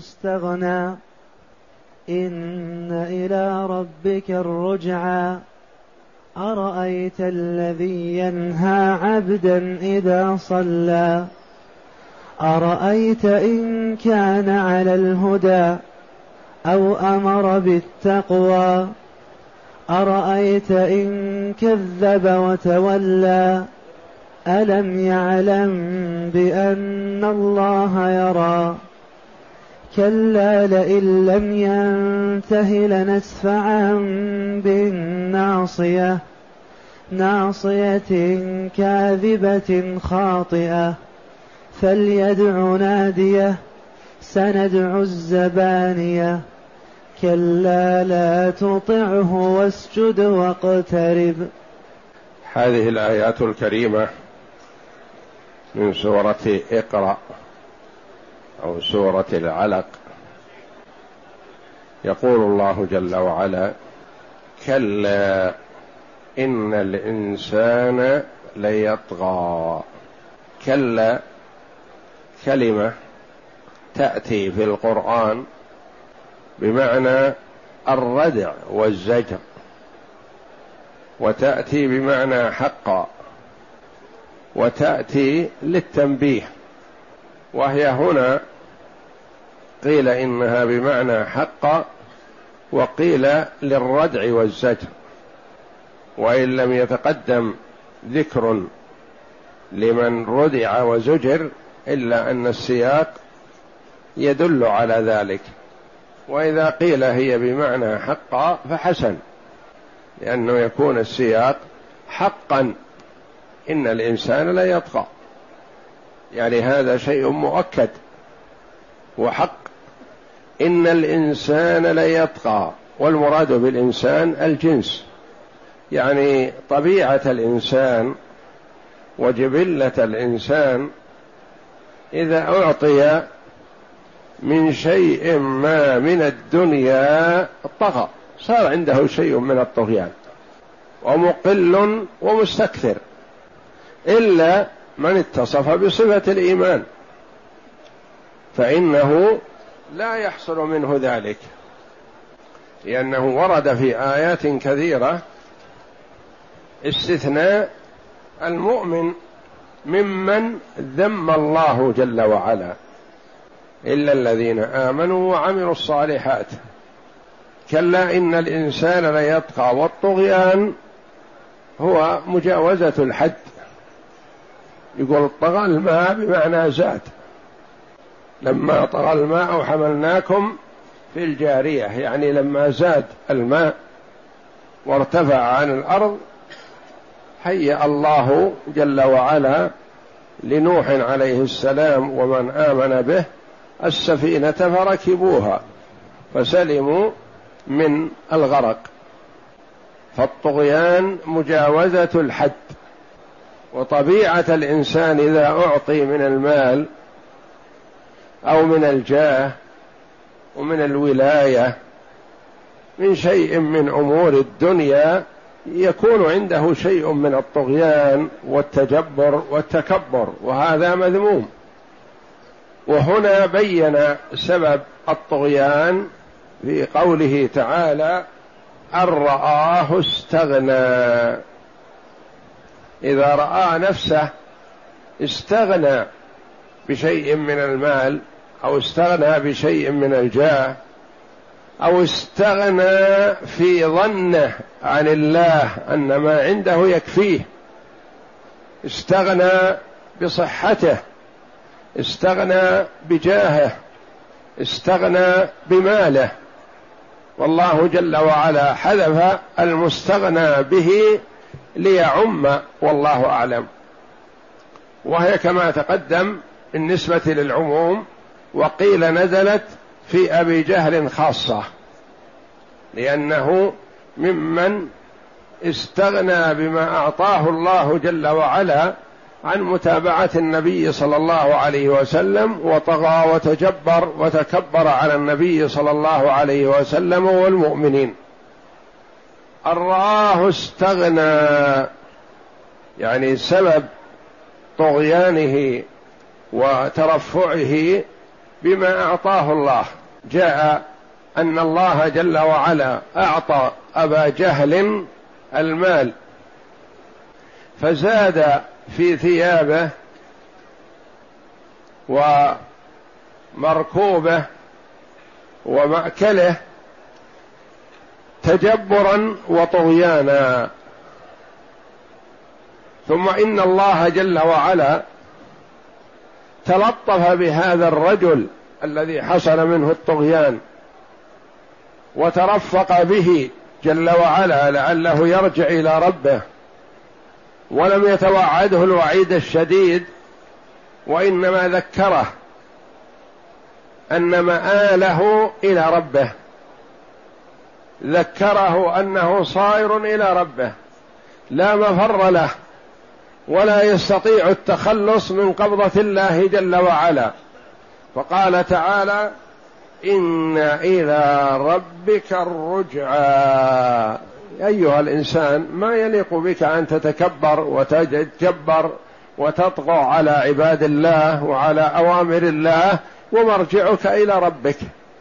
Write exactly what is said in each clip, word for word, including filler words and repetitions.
استغنى إن إلى ربك الرجعى أرأيت الذي ينهى عبدا إذا صلى أرأيت إن كان على الهدى أو أمر بالتقوى أرأيت إن كذب وتولى ألم يعلم بأن الله يرى كلا لئن لم ينته لنسفعا بالناصية ناصية كاذبة خاطئة فليدع ناديه سندع الزبانية كلا لا تطعه واسجد واقترب. هذه الآيات الكريمة من سورة اقرأ أو سورة العلق. يقول الله جل وعلا كلا إن الإنسان ليطغى. كلا كلمة تأتي في القرآن بمعنى الردع والزجر، وتأتي بمعنى حقا، وتأتي للتنبيه، وهي هنا قيل إنها بمعنى حقا وقيل للردع والزجر، وإن لم يتقدم ذكر لمن ردع وزجر إلا أن السياق يدل على ذلك، وإذا قيل هي بمعنى حقا فحسن، لأنه يكون السياق حقا إن الإنسان لا يطغى، يعني هذا شيء مؤكد وحق. إن الإنسان لا يطغى، والمراد بالإنسان الجنس، يعني طبيعة الإنسان وجبلة الإنسان إذا أعطي من شيء ما من الدنيا طغى، صار عنده شيء من الطغيان ومقل ومستكثر، إلا من اتصف بصفة الإيمان فإنه لا يحصل منه ذلك، لأنه ورد في آيات كثيرة استثناء المؤمن ممن ذم الله جل وعلا إلا الذين آمنوا وعملوا الصالحات. كلا إن الإنسان ليطغى، والطغيان هو مجاوزة الحد. يقول طغى الماء بمعنى زاد، لما طغى الماء حملناكم في الجارية، يعني لما زاد الماء وارتفع عن الأرض هيأ الله جل وعلا لنوح عليه السلام ومن آمن به السفينة فركبوها فسلموا من الغرق. فالطغيان مجاوزة الحد، وطبيعة الإنسان إذا أعطي من المال أو من الجاه ومن الولاية من شيء من أمور الدنيا يكون عنده شيء من الطغيان والتجبر والتكبر، وهذا مذموم. وهنا بين سبب الطغيان في قوله تعالى أن رآه استغنى. إذا رأى نفسه استغنى بشيء من المال أو استغنى بشيء من الجاه أو استغنى في ظنه عن الله أن ما عنده يكفيه، استغنى بصحته، استغنى بجاهه، استغنى بماله، والله جل وعلا حذف المستغنى به ليعم والله أعلم، وهي كما تقدم بالنسبة للعموم، وقيل نزلت في أبي جهل خاصة لأنه ممن استغنى بما أعطاه الله جل وعلا عن متابعة النبي صلى الله عليه وسلم، وطغى وتجبر وتكبر على النبي صلى الله عليه وسلم والمؤمنين. أن رآه استغنى، يعني سبب طغيانه وترفعه بما أعطاه الله. جاء أن الله جل وعلا أعطى أبا جهل المال فزاد في ثيابه ومركوبه ومأكله تجبرا وطغيانا. ثم إن الله جل وعلا تلطف بهذا الرجل الذي حصل منه الطغيان وترفق به جل وعلا لعله يرجع إلى ربه، ولم يتوعده الوعيد الشديد، وإنما ذكره أن مآله إلى ربه، ذكره أنه صائر إلى ربه لا مفر له ولا يستطيع التخلص من قبضة الله جل وعلا. فقال تعالى: إن إلى ربك الرجعى. أيها الإنسان، ما يليق بك أن تتكبر وتتجبر وتطغى على عباد الله وعلى أوامر الله، ومرجعك إلى ربك.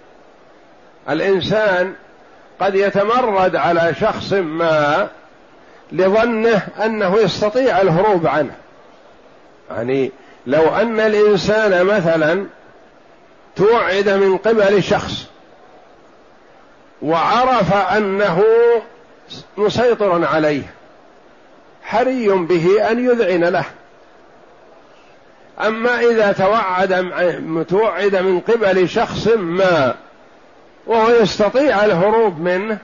الإنسان قد يتمرد على شخص ما لظنه أنه يستطيع الهروب عنه. يعني لو أن الإنسان مثلا توعد من قبل شخص وعرف أنه مسيطر عليه، حري به أن يذعن له. أما إذا توعد متوعد من قبل شخص ما وهو يستطيع الهروب منه،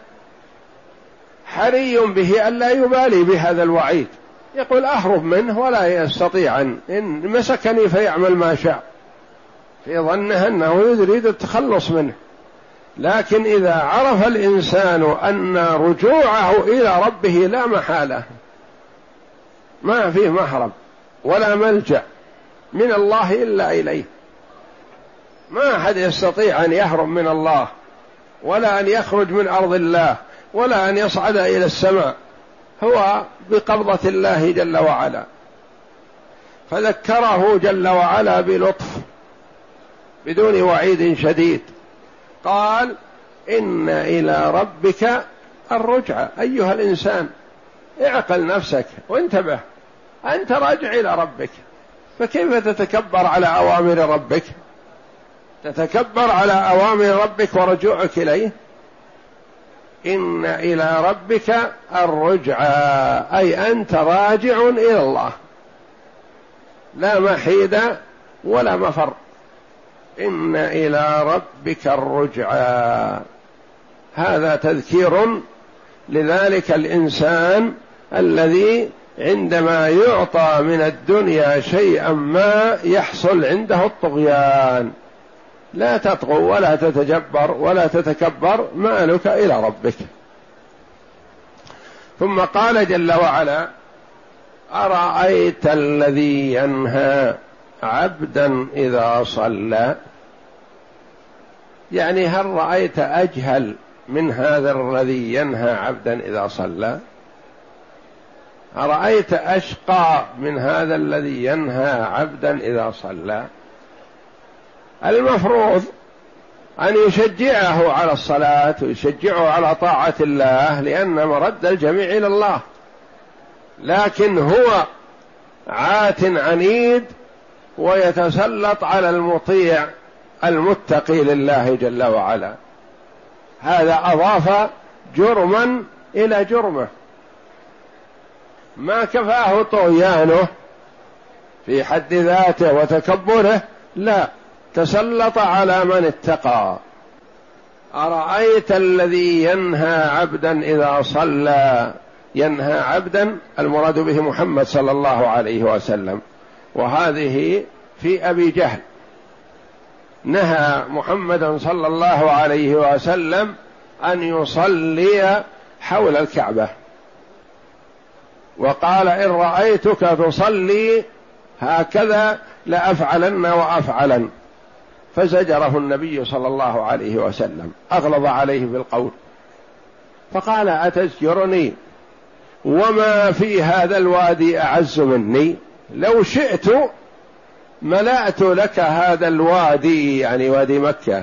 حري به ألا يبالي بهذا الوعيد، يقول أهرب منه ولا يستطيع إن مسكني فيعمل ما شاء، في ظنه أنه يريد التخلص منه. لكن إذا عرف الإنسان أن رجوعه إلى ربه لا محالة، ما فيه مهرب ولا ملجأ من الله إلا إليه، ما أحد يستطيع أن يهرب من الله ولا أن يخرج من أرض الله ولا أن يصعد إلى السماء، هو بقبضة الله جل وعلا. فذكره جل وعلا بلطف بدون وعيد شديد، قال: إن إلى ربك الرجعى. أيها الإنسان، اعقل نفسك وانتبه، أنت راجع إلى ربك، فكيف تتكبر على أوامر ربك؟ تتكبر على أوامر ربك ورجوعك إليه. إن إلى ربك الرجعى، أي أنت راجع إلى الله، لا محيد ولا مفر. إن إلى ربك الرجعى، هذا تذكير لذلك الإنسان الذي عندما يعطى من الدنيا شيئا ما يحصل عنده الطغيان. لا تطغوا ولا تتجبر ولا تتكبر، مالك إلى ربك. ثم قال جل وعلا: أرأيت الذي ينهى عبدا إذا صلى. يعني هل رأيت أجهل من هذا الذي ينهى عبدا إذا صلى؟ أرأيت أشقى من هذا الذي ينهى عبدا إذا صلى؟ المفروض أن يشجعه على الصلاة ويشجعه على طاعة الله، لأن مرد الجميع إلى الله، لكن هو عات عنيد ويتسلط على المطيع المتقي لله جل وعلا. هذا أضاف جرما إلى جرمه، ما كفاه طغيانه في حد ذاته وتكبره، لا، تسلط على من اتقى. أرأيت الذي ينهى عبدا إذا صلى. ينهى عبدا المراد به محمد صلى الله عليه وسلم، وهذه في أبي جهل. نهى محمدا صلى الله عليه وسلم أن يصلي حول الكعبة، وقال: إن رأيتك تصلي هكذا لأفعلن وأفعلن، فزجره النبي صلى الله عليه وسلم، أغلظ عليه بالقول، فقال: أتزجرني وما في هذا الوادي أعز مني؟ لو شئت ملأت لك هذا الوادي، يعني وادي مكة،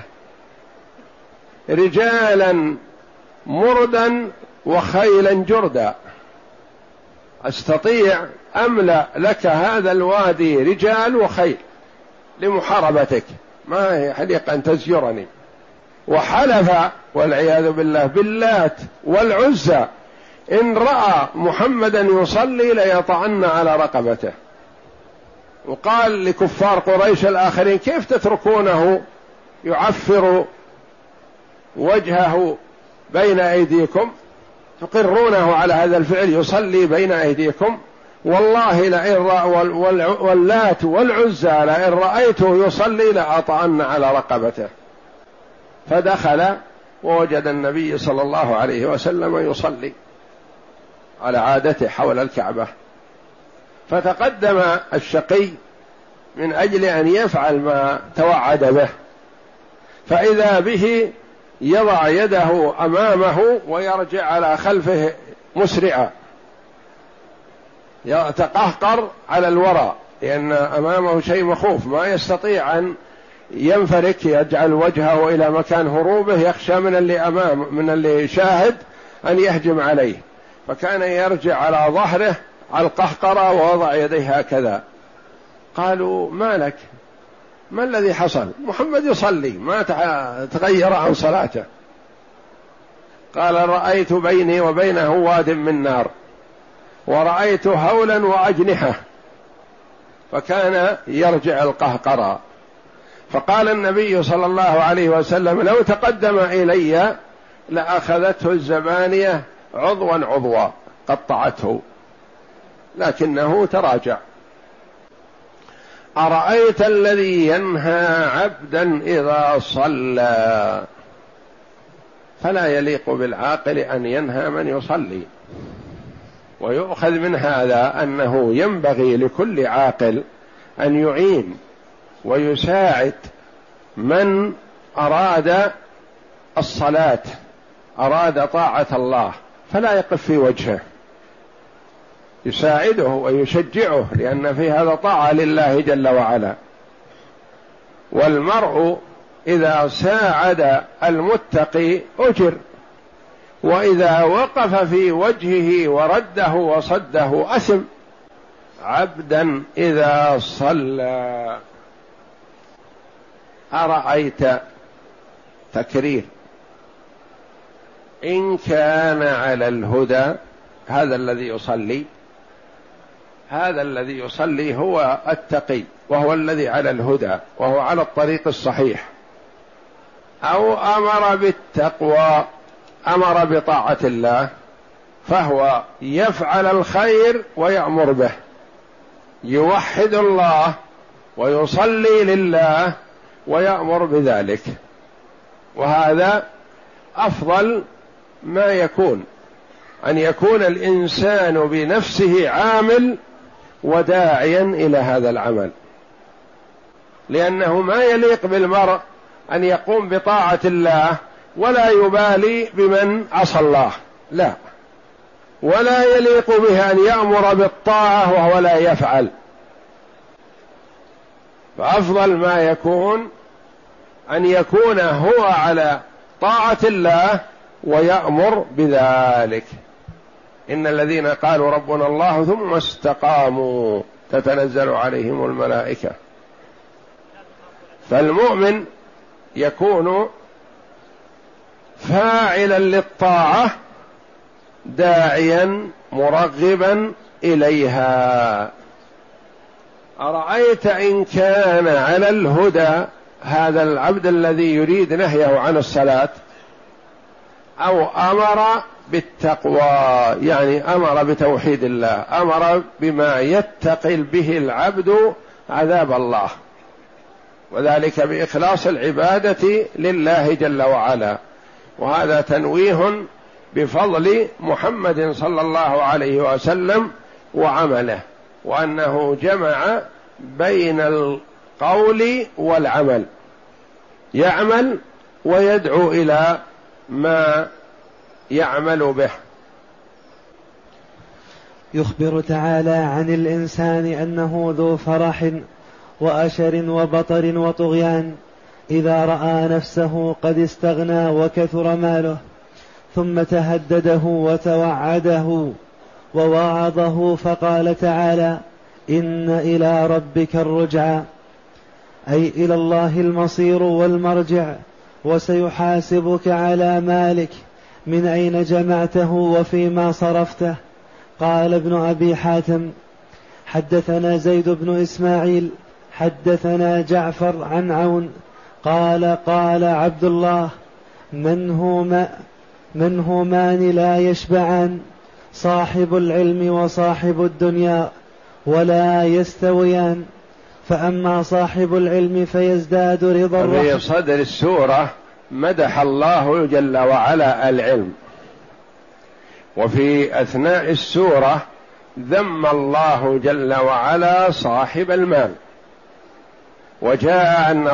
رجالا مردا وخيلا جردا. أستطيع أملأ لك هذا الوادي رجال وخيل لمحاربتك، ما يحليق أن تزجرني. وحلف والعياذ بالله باللات والعزى إن رأى محمدا يصلي ليطعن على رقبته. وقال لكفار قريش الآخرين كيف تتركونه يعفر وجهه بين أيديكم، تقرونه على هذا الفعل، يصلي بين أيديكم؟ والله لئن واللات والعزى لئن رأيته يصلي لأطعن على رقبته. فدخل ووجد النبي صلى الله عليه وسلم يصلي على عادته حول الكعبة، فتقدم الشقي من أجل أن يفعل ما توعد به، فإذا به يضع يده أمامه ويرجع على خلفه مسرعا، يتقهقر على الوراء لأن أمامه شيء مخوف، ما يستطيع أن ينفرك يجعل وجهه إلى مكان هروبه، يخشى من اللي أمام من اللي شاهد أن يهجم عليه، فكان يرجع على ظهره على القهقرة ووضع يديه هكذا. قالوا ما لك، ما الذي حصل؟ محمد يصلي ما تغير عن صلاته. قال رأيت بيني وبينه واد من نار، ورأيت هولا وأجنحة، فكان يرجع القهقرة. فقال النبي صلى الله عليه وسلم لو تقدم إلي لأخذته الزبانية عضوا عضوا قطعته، لكنه تراجع. أرأيت الذي ينهى عبدا إذا صلى؟ فلا يليق بالعاقل أن ينهى من يصلي. ويؤخذ من هذا أنه ينبغي لكل عاقل أن يعين ويساعد من أراد الصلاة، أراد طاعة الله، فلا يقف في وجهه، يساعده ويشجعه، لأن في هذا طاعة لله جل وعلا. والمرء إذا ساعد المتقي أجر، وإذا وقف في وجهه ورده وصده أثم. عبدا إذا صلى. أرأيت تكرير إن كان على الهدى، هذا الذي يصلي، هذا الذي يصلي هو التقي، وهو الذي على الهدى، وهو على الطريق الصحيح، أو أمر بالتقوى، أمر بطاعة الله، فهو يفعل الخير ويأمر به، يوحد الله ويصلي لله ويأمر بذلك. وهذا أفضل ما يكون، أن يكون الإنسان بنفسه عامل وداعيا إلى هذا العمل، لأنه ما يليق بالمرء أن يقوم بطاعة الله ولا يبالي بمن عصى الله، لا، ولا يليق به أن يأمر بالطاعة وهو لا يفعل. فأفضل ما يكون أن يكون هو على طاعة الله ويأمر بذلك. إن الذين قالوا ربنا الله ثم استقاموا تتنزل عليهم الملائكة. فالمؤمن يكون فاعلا للطاعة داعيا مرغبا إليها. أرأيت إن كان على الهدى، هذا العبد الذي يريد نهيه عن الصلاة، أو أمر بالتقوى، يعني أمر بتوحيد الله، أمر بما يتقي به العبد عذاب الله، وذلك بإخلاص العبادة لله جل وعلا. وهذا تنويه بفضل محمد صلى الله عليه وسلم وعمله، وأنه جمع بين القول والعمل، يعمل ويدعو إلى ما يعمل به. يخبر تعالى عن الإنسان أنه ذو فرح وأشر وبطر وطغيان إذا رأى نفسه قد استغنى وكثر ماله، ثم تهدده وتوعده ووعظه فقال تعالى: إن إلى ربك الرجعى، أي إلى الله المصير والمرجع، وسيحاسبك على مالك، من أين جمعته وفيما صرفته. قال ابن أبي حاتم: حدثنا زيد بن إسماعيل حدثنا جعفر عن عون قال: قال عبد الله: من هما من همان لا يشبعان، صاحب العلم وصاحب الدنيا ولا يستويان، فأما صاحب العلم فيزداد رضا الرحمن. في صدر السورة مدح الله جل وعلا العلم، وفي أثناء السورة ذم الله جل وعلا صاحب المال، وجاء أن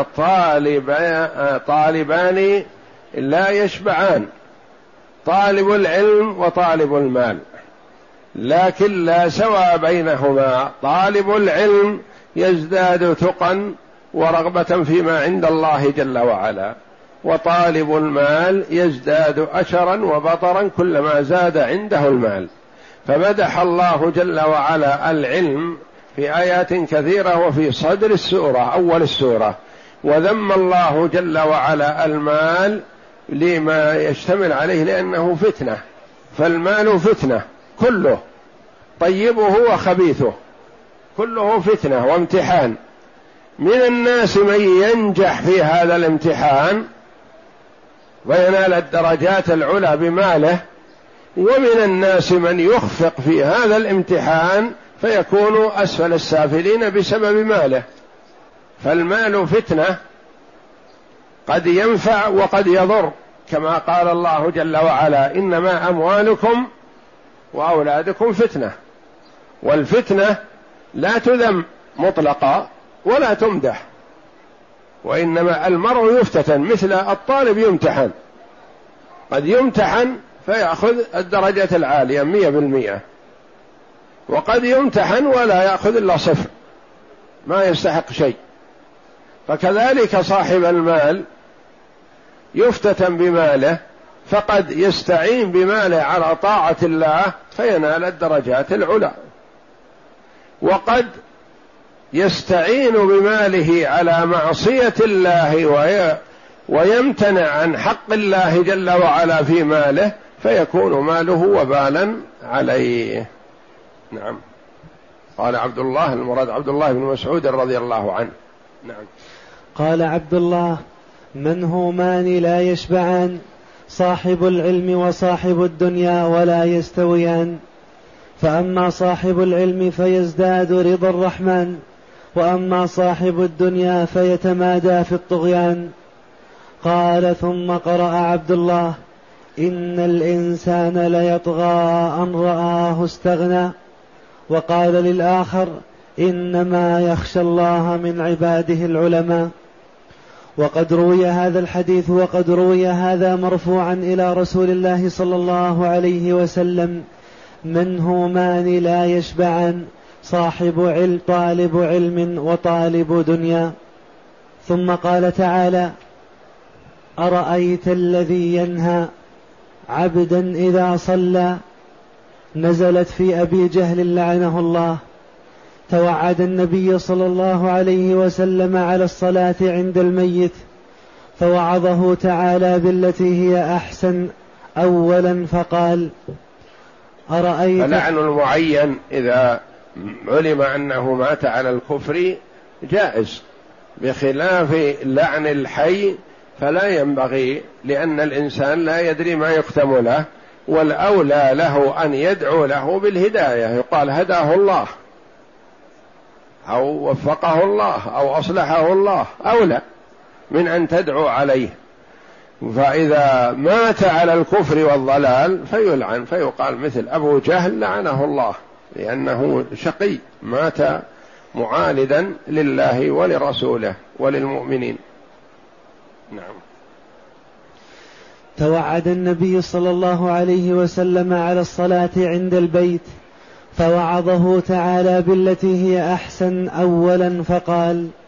طالبان لا يشبعان، طالب العلم وطالب المال، لكن لا سوى بينهما. طالب العلم يزداد تقى ورغبة فيما عند الله جل وعلا، وطالب المال يزداد أشرا وبطرا كلما زاد عنده المال. فمدح الله جل وعلا العلم في آيات كثيرة وفي صدر السورة أول السورة، وذم الله جل وعلا المال لما يشتمل عليه لأنه فتنة، فالمال فتنة كله، طيبه وخبيثه كله فتنة وامتحان. من الناس من ينجح في هذا الامتحان وينال الدرجات العلى بماله، ومن الناس من يخفق في هذا الامتحان فيكون أسفل السافلين بسبب ماله. فالمال فتنة، قد ينفع وقد يضر، كما قال الله جل وعلا: إنما أموالكم وأولادكم فتنة. والفتنة لا تذم مطلقا ولا تمدح، وإنما المرء يفتتن، مثل الطالب يمتحن، قد يمتحن فيأخذ الدرجة العالية مية بالمئة، وقد يمتحن ولا يأخذ إلا صفر، ما يستحق شيء. فكذلك صاحب المال يفتتن بماله، فقد يستعين بماله على طاعة الله فينال الدرجات العلى، وقد يستعين بماله على معصية الله ويمتنع عن حق الله جل وعلا في ماله فيكون ماله وبالا عليه. نعم. قال عبد الله، المراد عبد الله بن مسعود رضي الله عنه. نعم. قال عبد الله: من همان لا يشبعان، صاحب العلم وصاحب الدنيا ولا يستويان، فأما صاحب العلم فيزداد رضا الرحمن، وأما صاحب الدنيا فيتمادى في الطغيان. قال: ثم قرأ عبد الله: إن الإنسان ليطغى أن رآه استغنى. وقال للآخر: إنما يخشى الله من عباده العلماء. وقد روي هذا الحديث وقد روي هذا مرفوعا إلى رسول الله صلى الله عليه وسلم: من همان لا يشبعان، صاحب علم طالب علم وطالب دنيا. ثم قال تعالى: أرأيت الذي ينهى عبدا إذا صلى. نزلت في أبي جهل لعنه الله. توعد النبي صلى الله عليه وسلم على الصلاة عند الميت، فوعظه تعالى بالتي هي أحسن أولا فقال: أرأيت. فلعن المعين إذا علم أنه مات على الكفر جائز، بخلاف لعن الحي فلا ينبغي، لأن الإنسان لا يدري ما يختم له، والأولى له أن يدعو له بالهداية، يقال هداه الله أو وفقه الله أو أصلحه الله، أولى من أن تدعو عليه. فإذا مات على الكفر والضلال فيلعن، فيقال مثل أبو جهل لعنه الله، لأنه شقي مات معاندا لله ولرسوله وللمؤمنين. نعم. توعد النبي صلى الله عليه وسلم على الصلاة عند البيت، فوعظه تعالى بالتي هي أحسن أولا فقال: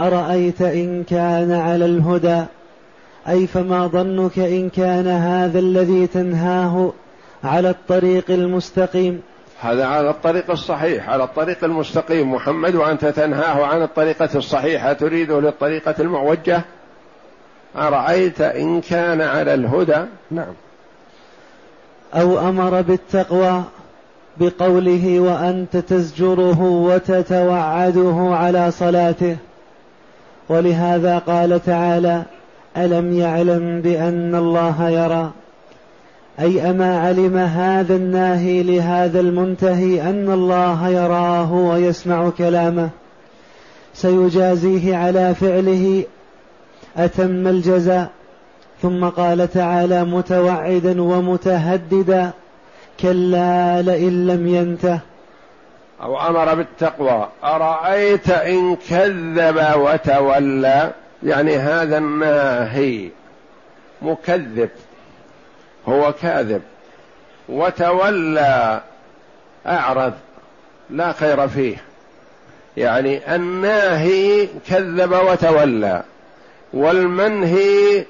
أرأيت إن كان على الهدى، أي فما ظنك إن كان هذا الذي تنهاه على الطريق المستقيم؟ هذا على الطريق الصحيح، على الطريق المستقيم محمد، وأنت تنهاه عن الطريقة الصحيحة تريده للطريقة المعوجة. أرأيت إن كان على الهدى. نعم. أو أمر بالتقوى بقوله وأنت تزجره وتتوعده على صلاته، ولهذا قال تعالى ألم يعلم بأن الله يرى، أي أما علم هذا الناهي لهذا المنتهي أن الله يراه ويسمع كلامه سيجازيه على فعله أتم الجزاء. ثم قال تعالى متوعدا ومتهددا كلا لئن لم ينته. أو أمر بالتقوى أرأيت إن كذب وتولى، يعني هذا الناهي مكذب، هو كاذب، وتولى أعرض لا خير فيه، يعني الناهي كذب وتولى، والمنهي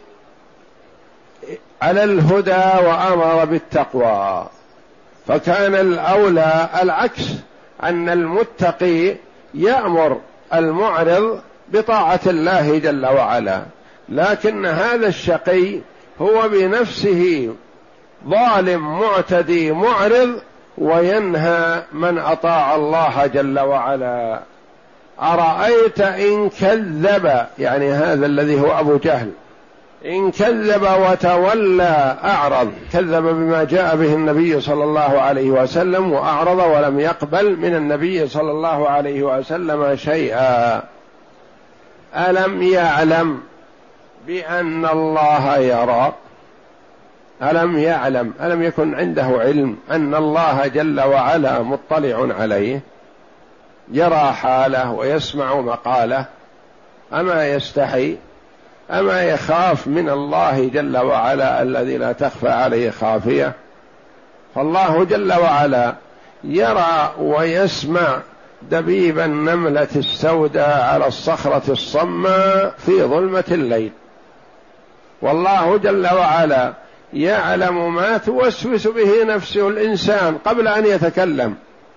على الهدى وأمر بالتقوى، فكان الأولى العكس، أن المتقي يأمر المعرض بطاعة الله جل وعلا، لكن هذا الشقي هو بنفسه ظالم معتدي معرض وينهى من أطاع الله جل وعلا. أرأيت إن كذب، يعني هذا الذي هو أبو جهل، إن كذب وتولى أعرض، كذب بما جاء به النبي صلى الله عليه وسلم وأعرض ولم يقبل من النبي صلى الله عليه وسلم شيئا. ألم يعلم بأن الله يرى؟ ألم يعلم، ألم يكن عنده علم أن الله جل وعلا مطلع عليه، يرى حاله ويسمع مقاله؟ أما يستحي؟ أما يخاف من الله جل وعلا الذي لا تخفى عليه خافية؟ فالله جل وعلا يرى ويسمع دبيب النملة السوداء على الصخرة الصماء في ظلمة الليل، والله جل وعلا يعلم ما توسوس به نفسه الإنسان قبل أن يتكلم.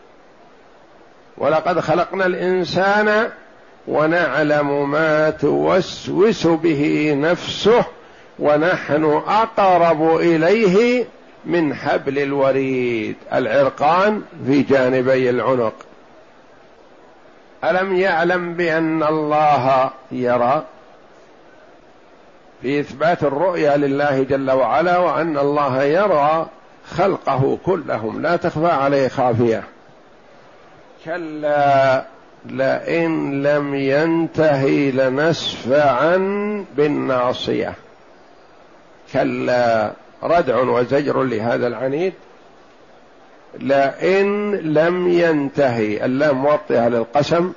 ولقد خلقنا الإنسان ونعلم ما توسوس به نفسه ونحن أقرب إليه من حبل الوريد، العرقان في جانبي العنق. ألم يعلم بأن الله يرى، في إثبات الرؤيا لله جل وعلا، وأن الله يرى خلقه كلهم لا تخفى عليه خافية. كلا لئن لم ينتهي لنسفعا بالناصية. كلا ردع وزجر لهذا العنيد. لئن لم ينتهي، اللام موطئة للقسم،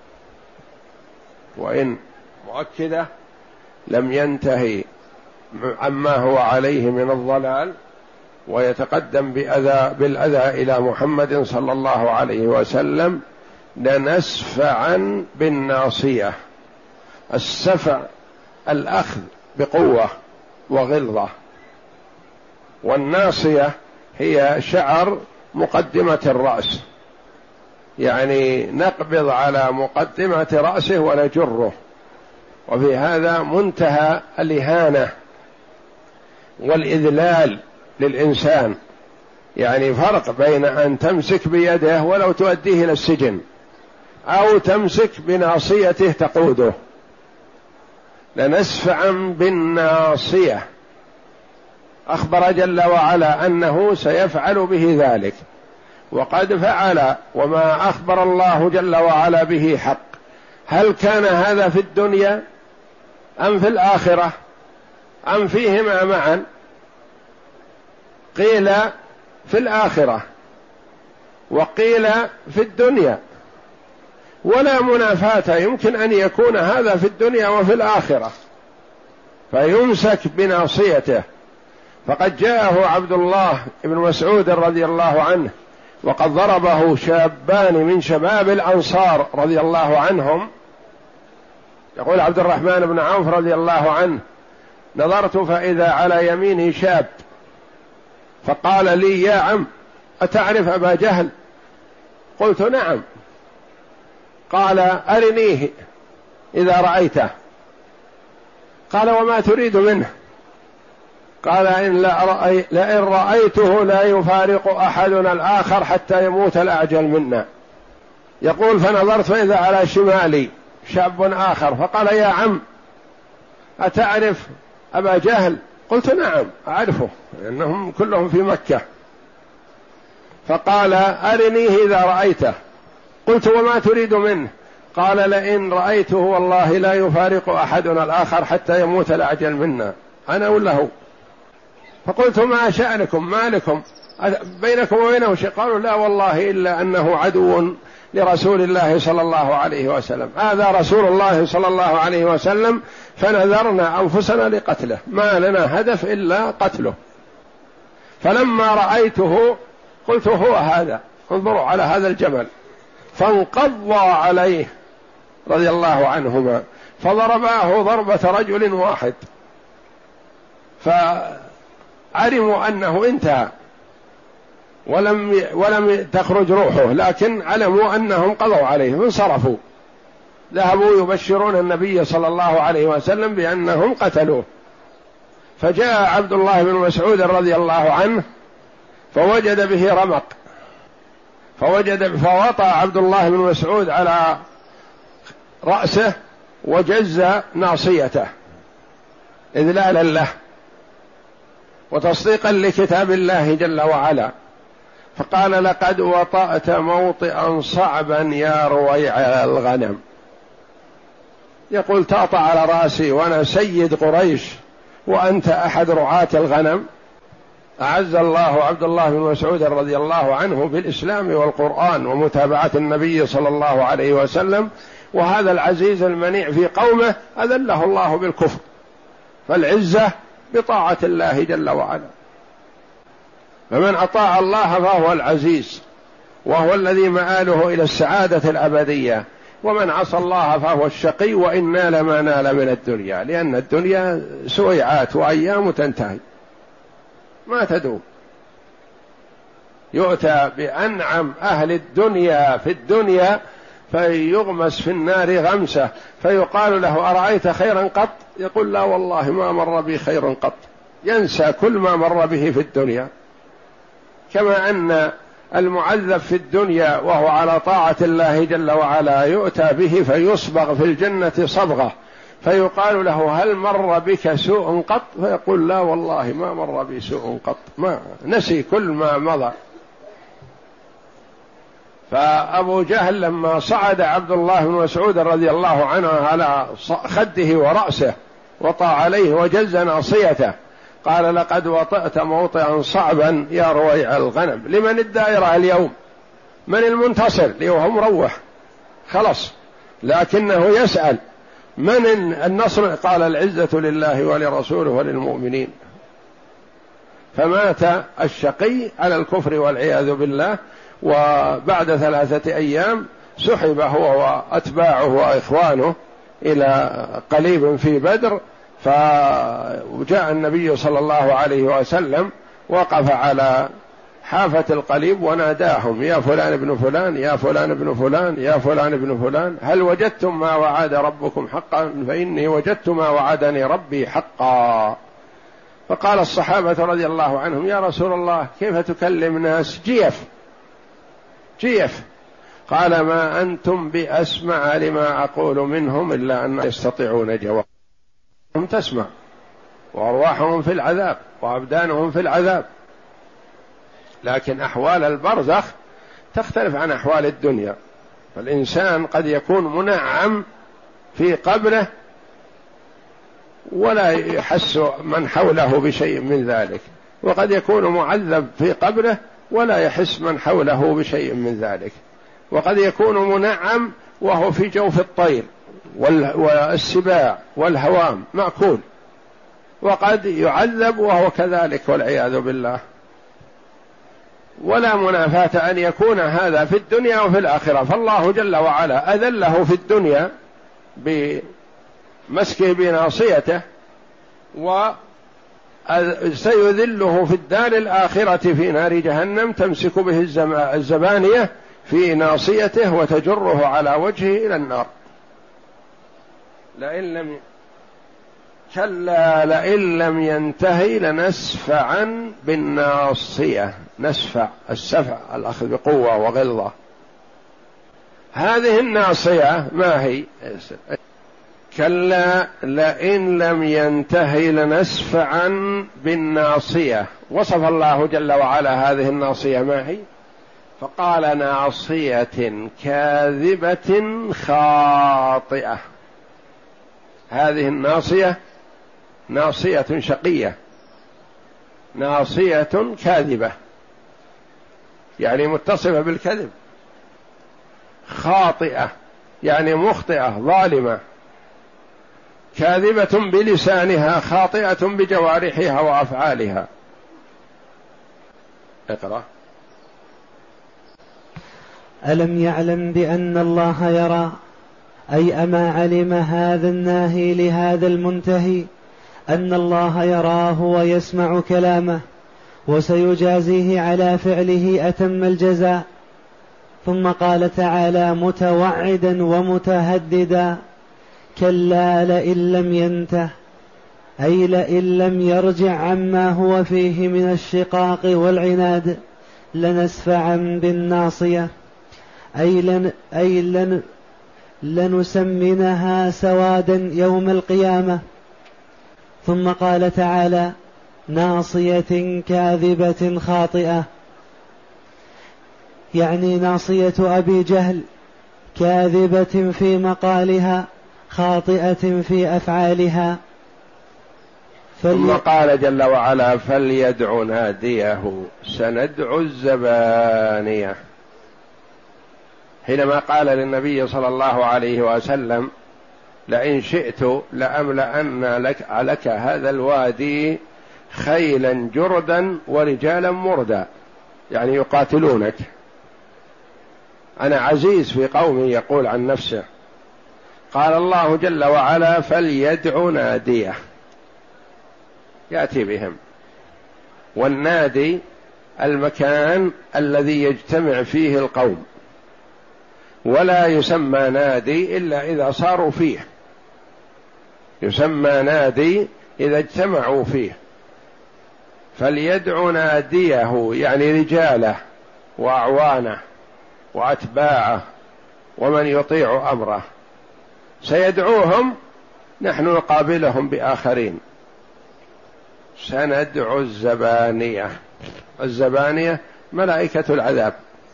وإن مؤكدة، لم ينتهي عما هو عليه من الضلال، ويتقدم بأذى بالأذى إلى محمد صلى الله عليه وسلم، لنسفعا بالناصية. السفع الأخذ بقوة وغلظة، والناصية هي شعر مقدمة الرأس، يعني نقبض على مقدمة رأسه ونجره، وفي هذا منتهى الإهانة والإذلال للإنسان. يعني فرق بين أن تمسك بيده ولو تؤديه إلى السجن، أو تمسك بناصيته تقوده. لنسفعا بالناصية، أخبر جل وعلا أنه سيفعل به ذلك، وقد فعل، وما أخبر الله جل وعلا به حق. هل كان هذا في الدنيا أم في الآخرة أم فيهما معا؟ قيل في الآخرة وقيل في الدنيا، ولا منافاة، يمكن أن يكون هذا في الدنيا وفي الآخرة، فيمسك بناصيته. فقد جاءه عبد الله بن مسعود رضي الله عنه، وقد ضربه شابان من شباب الأنصار رضي الله عنهم يقول عبد الرحمن بن عوف رضي الله عنه: نظرت فإذا على يميني شاب، فقال لي: يا عم، أتعرف أبا جهل؟ قلت: نعم. قال: أرنيه إذا رأيته. قال: وما تريد منه؟ قال: إن لئن رأيته لا يفارق أحدنا الآخر حتى يموت الأعجل منا. يقول: فنظرت فإذا على شمالي شاب آخر، فقال: يا عم، أتعرف أبا جهل؟ قلت: نعم أعرفه، لأنهم كلهم في مكة. فقال: أرنيه إذا رأيته. قلت: وما تريد منه؟ قال: لئن رأيته والله لا يفارق أحدنا الآخر حتى يموت الأعجل منا، أنا ولا هو؟ فقلت: ما شأنكم، ما لكم بينكم وبينه شيء؟ قالوا: لا والله إلا أنه عدو لرسول الله صلى الله عليه وسلم، هذا رسول الله صلى الله عليه وسلم، فنذرنا أنفسنا لقتله، ما لنا هدف إلا قتله. فلما رأيته قلت: هو هذا، انظروا على هذا الجمل. فانقضى عليه رضي الله عنهما، فضرباه ضربة رجل واحد، فعلموا أنه انتهى ولم ولم تخرج روحه، لكن علموا أنهم قضوا عليه فانصرفوا، ذهبوا يبشرون النبي صلى الله عليه وسلم بأنهم قتلوه. فجاء عبد الله بن مسعود رضي الله عنه فوجد به رمق، فوجد فوطأ عبد الله بن مسعود على رأسه وجز ناصيته إذلالا له وتصديقا لكتاب الله جل وعلا، فقال: لقد وطأت موطئا صعبا يا رويع الغنم. يقول: تأطأ على رأسي وأنا سيد قريش وأنت أحد رعاة الغنم؟ أعز الله عبد الله بن مسعود رضي الله عنه بالإسلام والقرآن ومتابعة النبي صلى الله عليه وسلم، وهذا العزيز المنيع في قومه أذله الله بالكفر، فالعزة بطاعة الله جل وعلا. فمن أطاع الله فهو العزيز، وهو الذي مآله إلى السعادة الأبدية، ومن عصى الله فهو الشقي، وإن نال ما نال من الدنيا، لأن الدنيا سويعات وأيام تنتهي ما تدوم. يؤتى بأنعم أهل الدنيا في الدنيا فيغمس في النار غمسة، فيقال له: أرأيت خيرا قط؟ يقول: لا والله ما مر بي خير قط، ينسى كل ما مر به في الدنيا. كما أن المعذب في الدنيا وهو على طاعة الله جل وعلا يؤتى به فيصبغ في الجنة صبغة، فيقال له: هل مر بك سوء قط؟ فيقول: لا والله ما مر بي سوء قط، ما نسي كل ما مضى. فأبو جهل لما صعد عبد الله بن مسعود رضي الله عنه على خده ورأسه وطأ عليه وجز ناصيته، قال: لقد وطأت موطئا صعبا يا رويع الغنم. لمن الدائرة اليوم؟ من المنتصر؟ ليه مروح خلص، لكنه يسأل: من النصر؟ قال: العزة لله ولرسوله وللمؤمنين. فمات الشقي على الكفر والعياذ بالله، وبعد ثلاثة أيام سحب هو وأتباعه وإخوانه إلى قليب في بدر، فجاء النبي صلى الله عليه وسلم وقف على حافة القليب وناداهم: يا فلان ابن فلان، يا فلان ابن فلان، يا فلان ابن فلان، هل وجدتم ما وعد ربكم حقا؟ فإني وجدت ما وعدني ربي حقا. فقال الصحابة رضي الله عنهم: يا رسول الله كيف تكلم ناس جيف جيف؟ قال: ما أنتم بأسمع لما أقول منهم إلا أن يستطيعون جواب. هم تسمع، وأرواحهم في العذاب وأبدانهم في العذاب، لكن أحوال البرزخ تختلف عن أحوال الدنيا. فالإنسان قد يكون منعم في قبره ولا يحس من حوله بشيء من ذلك، وقد يكون معذب في قبره ولا يحس من حوله بشيء من ذلك، وقد يكون منعم وهو في جوف الطير والسباع والهوام مأكول، وقد يعذب وهو كذلك والعياذ بالله. ولا منافاة أن يكون هذا في الدنيا وفي الآخرة، فالله جل وعلا أذله في الدنيا مسكه بناصيته، وسيذله في الدار الآخرة في نار جهنم تمسك به الزبانية في ناصيته وتجره على وجهه إلى النار. لئن لم كلا لئن لم ينتهي لنسفعا بالناصية. نسفع، السفع الأخذ بقوة وغلظة. هذه الناصية ما هي؟ كلا لئن لم ينتهي لنسفعا بالناصية. وصف الله جل وعلا هذه الناصية ما هي؟ فقال ناصية كاذبة خاطئة. هذه الناصية ناصية شقية، ناصية كاذبة يعني متصفة بالكذب، خاطئة يعني مخطئة ظالمة، كاذبة بلسانها خاطئة بجوارحها وأفعالها. اقرأ. ألم يعلم بأن الله يرى، أي أما علم هذا الناهي لهذا المنتهي أن الله يراه ويسمع كلامه وسيجازيه على فعله أتم الجزاء. ثم قال تعالى متوعدا ومتهددا كلا لئن لم ينته، أي لئن لم يرجع عما هو فيه من الشقاق والعناد لنسفعا بالناصية، أي, لن أي لن لنسمنها سوادا يوم القيامة. ثم قال تعالى ناصية كاذبة خاطئة، يعني ناصية أبي جهل كاذبة في مقالها خاطئة في أفعالها. فلي... ثم قال جل وعلا فليدع ناديه سندع الزبانية. حينما قال للنبي صلى الله عليه وسلم لئن شئت لأملأن لك, لك هذا الوادي خيلا جردا ورجالا مردا، يعني يقاتلونك، أنا عزيز في قومي يقول عن نفسه. قال الله جل وعلا فليدع ناديه، يأتي بهم. والنادي المكان الذي يجتمع فيه القوم، ولا يسمى نادي إلا إذا صاروا فيه، يسمى نادي إذا اجتمعوا فيه. فليدع ناديه يعني رجاله وأعوانه وأتباعه ومن يطيع أمره، سيدعوهم، نحن نقابلهم بآخرين. سندع الزبانية. الزبانية ملائكة العذاب،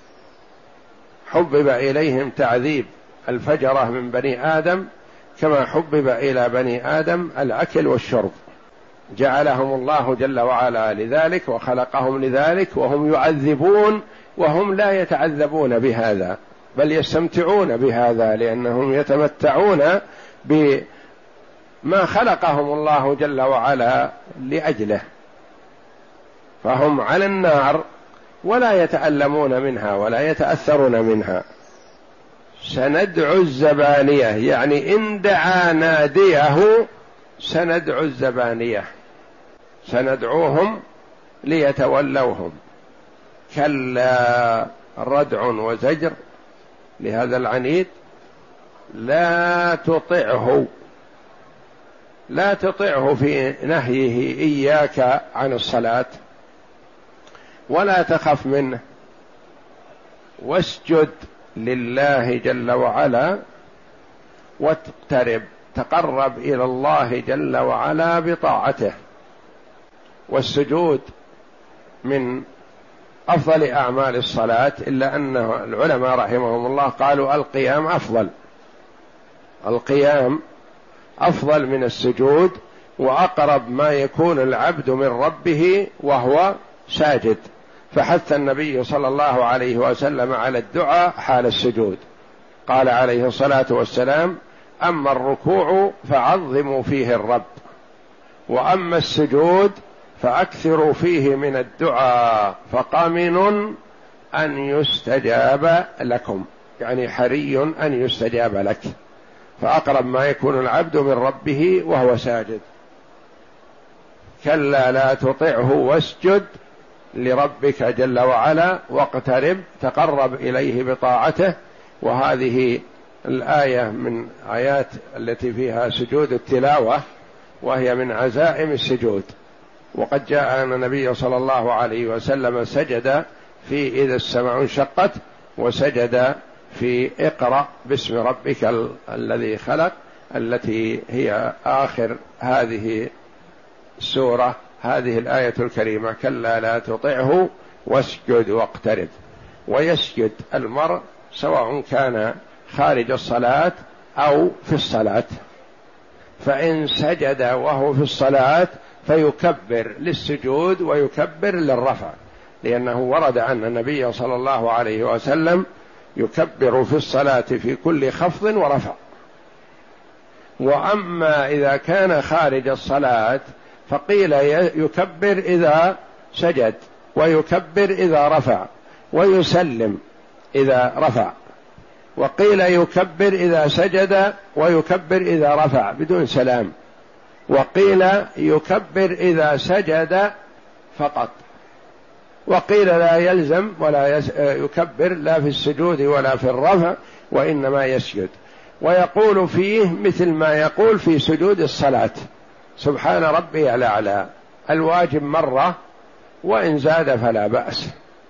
حبب إليهم تعذيب الفجرة من بني آدم كما حبب إلى بني آدم الأكل والشرب، جعلهم الله جل وعلا لذلك وخلقهم لذلك، وهم يعذبون وهم لا يتعذبون بهذا بل يستمتعون بهذا، لأنهم يتمتعون بما خلقهم الله جل وعلا لأجله، فهم على النار ولا يتألمون منها ولا يتأثرون منها. سندعو الزبانية يعني إن دعا ناديه سندعو الزبانية، سندعوهم ليتولوهم. كلا ردع وزجر لهذا العنيد، لا تطعه، لا تطعه في نهيه إياك عن الصلاة ولا تخف منه، واسجد لله جل وعلا واقترب، تقرب إلى الله جل وعلا بطاعته. والسجود من أفضل أعمال الصلاة، إلا أن العلماء رحمهم الله قالوا القيام أفضل، القيام أفضل من السجود، وأقرب ما يكون العبد من ربه وهو ساجد. فحث النبي صلى الله عليه وسلم على الدعاء حال السجود، قال عليه الصلاة والسلام أما الركوع فعظموا فيه الرب، وأما السجود فأكثروا فيه من الدعاء فقامن أن يستجاب لكم، يعني حري أن يستجاب لك. فأقرب ما يكون العبد من ربه وهو ساجد. كلا لا تطعه واسجد لربك جل وعلا واقترب، تقرب إليه بطاعته. وهذه الآية من آيات التي فيها سجود التلاوة، وهي من عزائم السجود. وقد جاء أن النبي صلى الله عليه وسلم سجد في إذا السماء انشقت، وسجد في اقرأ باسم ربك ال- الذي خلق، التي هي آخر هذه السورة، هذه الآية الكريمة: كلا لا تطعه واسجد واقترب. ويسجد المرء سواء كان خارج الصلاة أو في الصلاة، فإن سجد وهو في الصلاة فيكبر للسجود ويكبر للرفع، لأنه ورد أن النبي صلى الله عليه وسلم يكبر في الصلاة في كل خفض ورفع. وأما إذا كان خارج الصلاة فقيل يكبر إذا سجد، ويكبر إذا رفع، ويسلم إذا رفع. وقيل يكبر إذا سجد ويكبر إذا رفع بدون سلام. وقيل يكبر إذا سجد فقط. وقيل لا يلزم ولا يكبر لا في السجود ولا في الرفع، وإنما يسجد. ويقول فيه مثل ما يقول في سجود الصلاة: سبحان ربي الأعلى، الواجب مرة، وإن زاد فلا بأس.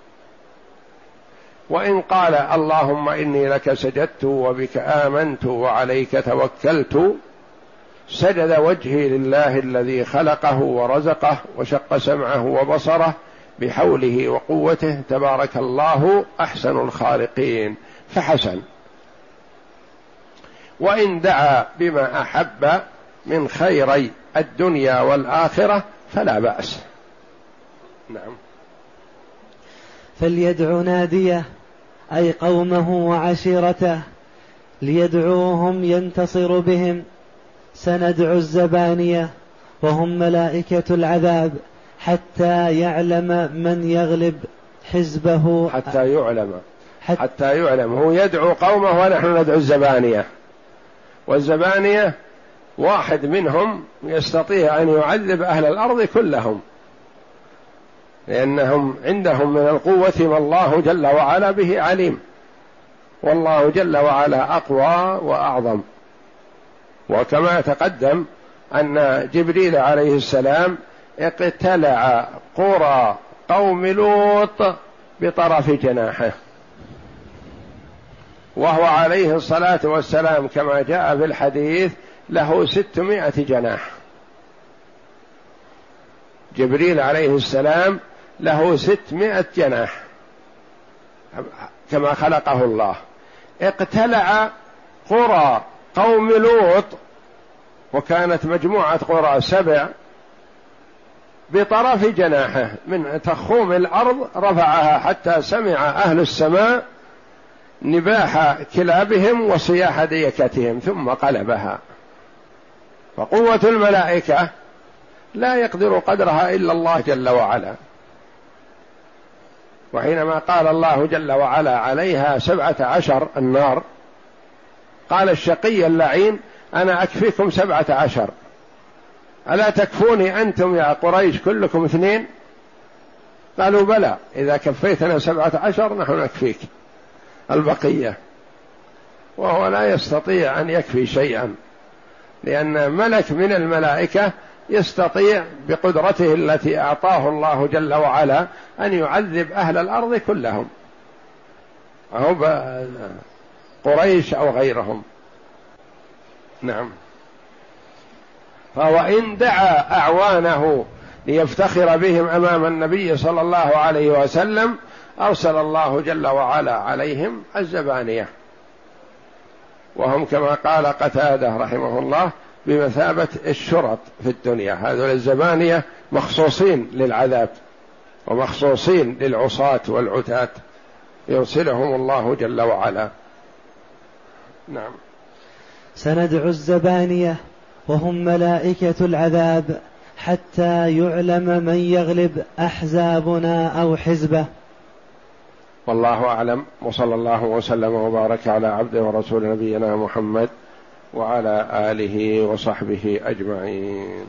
وإن قال اللهم إني لك سجدت وبك آمنت وعليك توكلت، سجد وجهي لله الذي خلقه ورزقه وشق سمعه وبصره بحوله وقوته، تبارك الله أحسن الخالقين، فحسن. وإن دعا بما أحب من خيري الدنيا والآخرة فلا بأس. نعم. فليدع ناديه أي قومه وعشيرته ليدعوهم ينتصر بهم. سندع الزبانية وهم ملائكة العذاب حتى يعلم من يغلب حزبه. حتى يعلم حتى, حتى يعلم. هو يدعو قومه ونحن ندعو الزبانية. والزبانية واحد منهم يستطيع أن يعذب أهل الأرض كلهم، لأنهم عندهم من القوة ما الله جل وعلا به عليم، والله جل وعلا أقوى وأعظم. وكما تقدم أن جبريل عليه السلام اقتلع قرى قوم لوط بطرف جناحه، وهو عليه الصلاة والسلام كما جاء في الحديث له ستمائة جناح. جبريل عليه السلام له ستمائة جناح كما خلقه الله. اقتلع قرى قوم لوط، وكانت مجموعة قرى سبع، بطرف جناحه من تخوم الأرض رفعها حتى سمع أهل السماء نباح كلابهم وصياح ديكتهم ثم قلبها. فقوة الملائكة لا يقدر قدرها إلا الله جل وعلا. وحينما قال الله جل وعلا عليها سبعة عشر النار، قال الشقي اللعين أنا أكفيكم سبعة عشر، ألا تكفوني أنتم يا قريش كلكم اثنين؟ قالوا بلى، إذا كفيتنا سبعة عشر نحن نكفيك البقية. وهو لا يستطيع أن يكفي شيئا، لأن ملك من الملائكة يستطيع بقدرته التي أعطاه الله جل وعلا أن يعذب أهل الأرض كلهم، أو قريش أو غيرهم. نعم. فهو إن دعا أعوانه ليفتخر بهم أمام النبي صلى الله عليه وسلم أرسل الله جل وعلا عليهم الزبانية، وهم كما قال قتادة رحمه الله بمثابة الشرط في الدنيا. هذول الزبانية مخصوصين للعذاب ومخصوصين للعصاة والعتاة، يرسلهم الله جل وعلا. نعم. سندع الزبانية وهم ملائكة العذاب حتى يعلم من يغلب أحزابنا أو حزبه. والله أعلم، وصلى الله وسلم وبارك على عبده ورسول نبينا محمد وعلى آله وصحبه أجمعين.